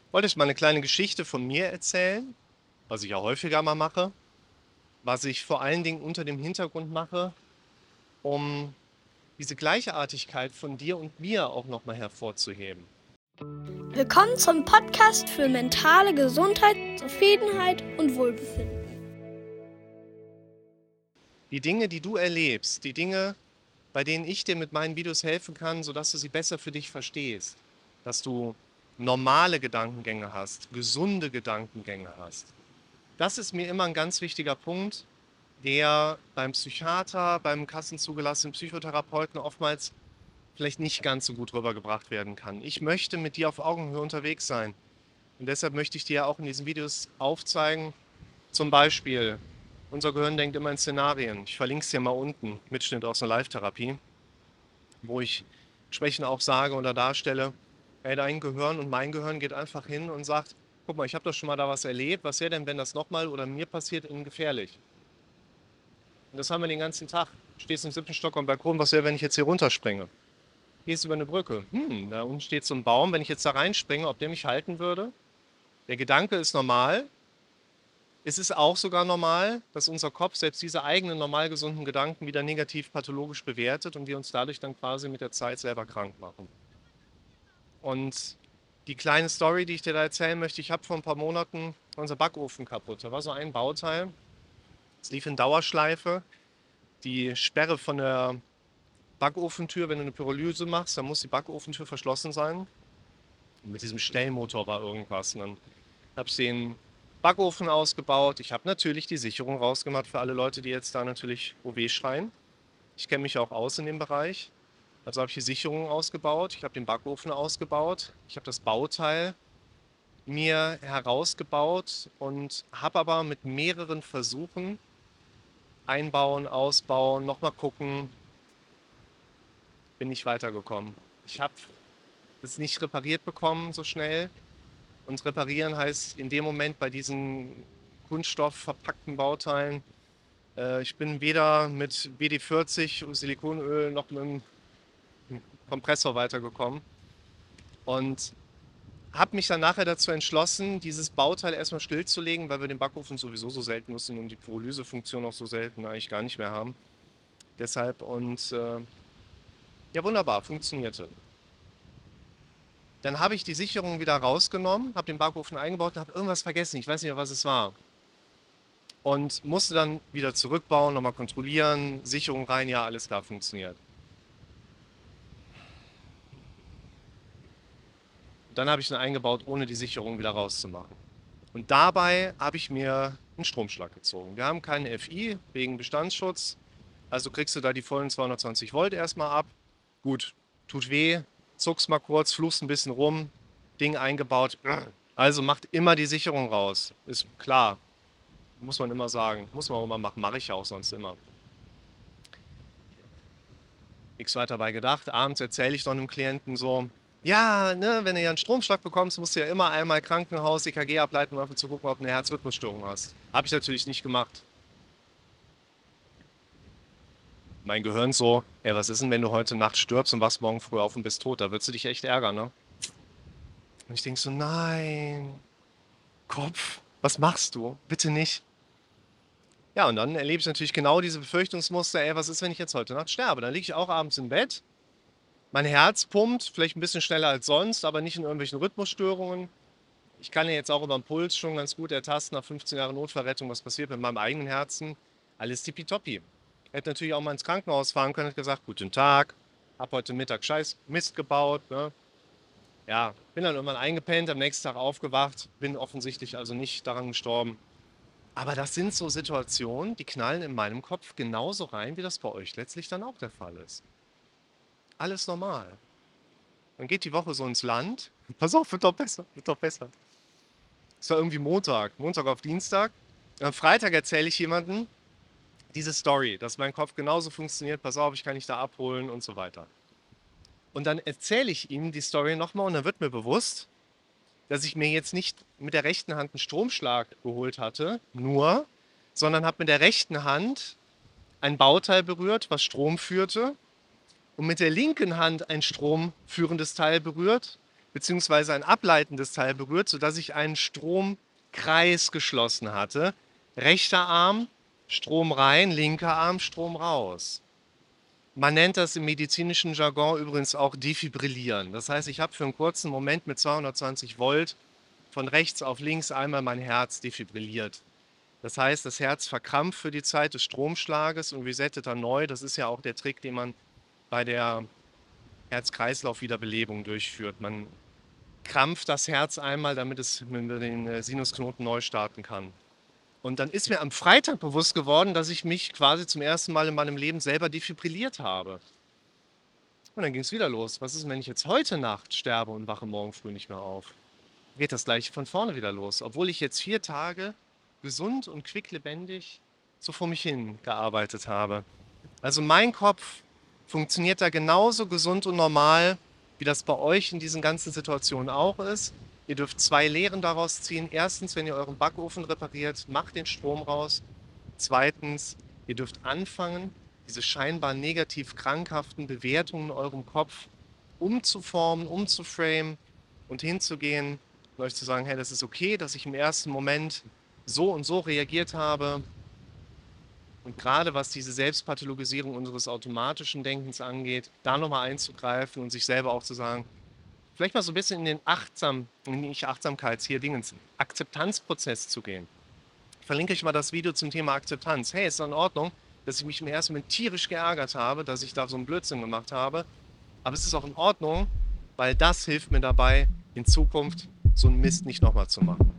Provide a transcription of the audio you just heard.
Wollte ich mal eine kleine Geschichte von mir erzählen, was ich ja häufiger mal mache, was ich vor allen Dingen unter dem Hintergrund mache, um diese Gleichartigkeit von dir und mir auch nochmal hervorzuheben. Willkommen zum Podcast für mentale Gesundheit, Zufriedenheit und Wohlbefinden. Die Dinge, die du erlebst, die Dinge, bei denen ich dir mit meinen Videos helfen kann, sodass du sie besser für dich verstehst, dass du normale Gedankengänge hast, gesunde Gedankengänge hast. Das ist mir immer ein ganz wichtiger Punkt, der beim Psychiater, beim kassenzugelassenen Psychotherapeuten oftmals vielleicht nicht ganz so gut rübergebracht werden kann. Ich möchte mit dir auf Augenhöhe unterwegs sein. Und deshalb möchte ich dir auch in diesen Videos aufzeigen, zum Beispiel, unser Gehirn denkt immer in Szenarien. Ich verlinke es dir mal unten, Mitschnitt aus einer Live-Therapie, wo ich entsprechend auch sage oder darstelle, hey, dein Gehirn und mein Gehirn geht einfach hin und sagt, guck mal, ich habe doch schon mal da was erlebt, was wäre denn, wenn das nochmal oder mir passiert, in gefährlich? Und das haben wir den ganzen Tag. Du stehst im 7. Stock am Balkon, was wäre, wenn ich jetzt hier runterspringe? Gehst über eine Brücke. Da unten steht so ein Baum, wenn ich jetzt da reinspringe, ob der mich halten würde? Der Gedanke ist normal. Es ist auch sogar normal, dass unser Kopf selbst diese eigenen normal gesunden Gedanken wieder negativ pathologisch bewertet und wir uns dadurch dann quasi mit der Zeit selber krank machen. Und die kleine Story, die ich dir da erzählen möchte, ich habe vor ein paar Monaten unser Backofen kaputt. Da war so ein Bauteil, es lief in Dauerschleife. Die Sperre von der Backofentür, wenn du eine Pyrolyse machst, dann muss die Backofentür verschlossen sein. Und mit diesem Stellmotor war irgendwas. Und dann habe ich den Backofen ausgebaut. Ich habe natürlich die Sicherung rausgemacht für alle Leute, die jetzt da natürlich OW schreien. Ich kenne mich auch aus in dem Bereich. Also habe ich die Sicherung ausgebaut. Ich habe den Backofen ausgebaut. Ich habe das Bauteil mir herausgebaut und habe aber mit mehreren Versuchen einbauen, ausbauen, nochmal gucken, bin ich weitergekommen. Ich habe es nicht repariert bekommen so schnell. Und reparieren heißt in dem Moment bei diesen kunststoffverpackten Bauteilen, ich bin weder mit WD-40 und Silikonöl noch mit einem Kompressor weitergekommen. Und habe mich dann nachher dazu entschlossen, dieses Bauteil erstmal stillzulegen, weil wir den Backofen sowieso so selten nutzen und die Pyrolysefunktion auch so selten eigentlich gar nicht mehr haben. Deshalb und ja, wunderbar, funktionierte. Dann habe ich die Sicherung wieder rausgenommen, habe den Backofen eingebaut und habe irgendwas vergessen. Ich weiß nicht mehr, was es war. Und musste dann wieder zurückbauen, nochmal kontrollieren, Sicherung rein, ja, alles klar, funktioniert. Dann habe ich ihn eingebaut, ohne die Sicherung wieder rauszumachen. Und dabei habe ich mir einen Stromschlag gezogen. Wir haben keinen FI wegen Bestandsschutz, also kriegst du da die vollen 220 Volt erstmal ab. Gut, tut weh, zuckst mal kurz, fluchst ein bisschen rum, Ding eingebaut. Also macht immer die Sicherung raus. Ist klar, muss man immer sagen. Muss man auch immer machen, mache ich ja auch sonst immer. Nichts weiter dabei gedacht. Abends erzähle ich dann einem Klienten so, ja, ne, wenn du ja einen Stromschlag bekommst, musst du ja immer einmal Krankenhaus, EKG ableiten, um einfach zu gucken, ob du eine Herzrhythmusstörung hast. Habe ich natürlich nicht gemacht. Mein Gehirn so, ey, was ist denn, wenn du heute Nacht stirbst und wachst morgen früh auf und bist tot? Da würdest du dich echt ärgern, ne? Und ich denke so, nein, Kopf, was machst du? Bitte nicht. Ja, und dann erlebe ich natürlich genau diese Befürchtungsmuster, ey, was ist, wenn ich jetzt heute Nacht sterbe? Dann liege ich auch abends im Bett, mein Herz pumpt, vielleicht ein bisschen schneller als sonst, aber nicht in irgendwelchen Rhythmusstörungen. Ich kann ja jetzt auch über den Puls schon ganz gut ertasten, nach 15 Jahren Notfallrettung, was passiert mit meinem eigenen Herzen. Alles tippitoppi. Ich hätte natürlich auch mal ins Krankenhaus fahren können und gesagt, guten Tag, hab heute Mittag Scheiß Mist gebaut. Ne? Ja, bin dann irgendwann eingepennt, am nächsten Tag aufgewacht, bin offensichtlich also nicht daran gestorben. Aber das sind so Situationen, die knallen in meinem Kopf genauso rein, wie das bei euch letztlich dann auch der Fall ist. Alles normal. Dann geht die Woche so ins Land. Pass auf, wird doch besser, wird doch besser. Es war irgendwie Montag auf Dienstag. Am Freitag erzähle ich jemandem diese Story, dass mein Kopf genauso funktioniert. Pass auf, ich kann dich da abholen und so weiter. Und dann erzähle ich ihm die Story nochmal und dann wird mir bewusst, dass ich mir jetzt nicht mit der rechten Hand einen Stromschlag geholt hatte, nur, sondern habe mit der rechten Hand ein Bauteil berührt, was Strom führte und mit der linken Hand ein stromführendes Teil berührt, beziehungsweise ein ableitendes Teil berührt, sodass ich einen Stromkreis geschlossen hatte. Rechter Arm, Strom rein, linker Arm, Strom raus. Man nennt das im medizinischen Jargon übrigens auch defibrillieren. Das heißt, ich habe für einen kurzen Moment mit 220 Volt von rechts auf links einmal mein Herz defibrilliert. Das heißt, das Herz verkrampft für die Zeit des Stromschlages und resettet dann neu. Das ist ja auch der Trick, den man bei der Herz-Kreislauf-Wiederbelebung durchführt. Man krampft das Herz einmal, damit es mit den Sinusknoten neu starten kann. Und dann ist mir am Freitag bewusst geworden, dass ich mich quasi zum ersten Mal in meinem Leben selber defibrilliert habe. Und dann ging es wieder los. Was ist, wenn ich jetzt heute Nacht sterbe und wache morgen früh nicht mehr auf? Geht das gleiche von vorne wieder los, obwohl ich jetzt 4 Tage gesund und quicklebendig so vor mich hin gearbeitet habe. Also mein Kopf funktioniert da genauso gesund und normal, wie das bei euch in diesen ganzen Situationen auch ist. Ihr dürft 2 Lehren daraus ziehen. Erstens, wenn ihr euren Backofen repariert, macht den Strom raus. Zweitens, ihr dürft anfangen, diese scheinbar negativ krankhaften Bewertungen in eurem Kopf umzuformen, umzuframen und hinzugehen und euch zu sagen, hey, das ist okay, dass ich im ersten Moment so und so reagiert habe. Und gerade was diese Selbstpathologisierung unseres automatischen Denkens angeht, da nochmal einzugreifen und sich selber auch zu sagen, vielleicht mal so ein bisschen in den nicht Achtsamkeits, hier Dingens, Akzeptanzprozess zu gehen. Ich verlinke euch mal das Video zum Thema Akzeptanz. Hey, ist doch in Ordnung, dass ich mich im ersten Moment tierisch geärgert habe, dass ich da so einen Blödsinn gemacht habe. Aber es ist auch in Ordnung, weil das hilft mir dabei, in Zukunft so einen Mist nicht nochmal zu machen.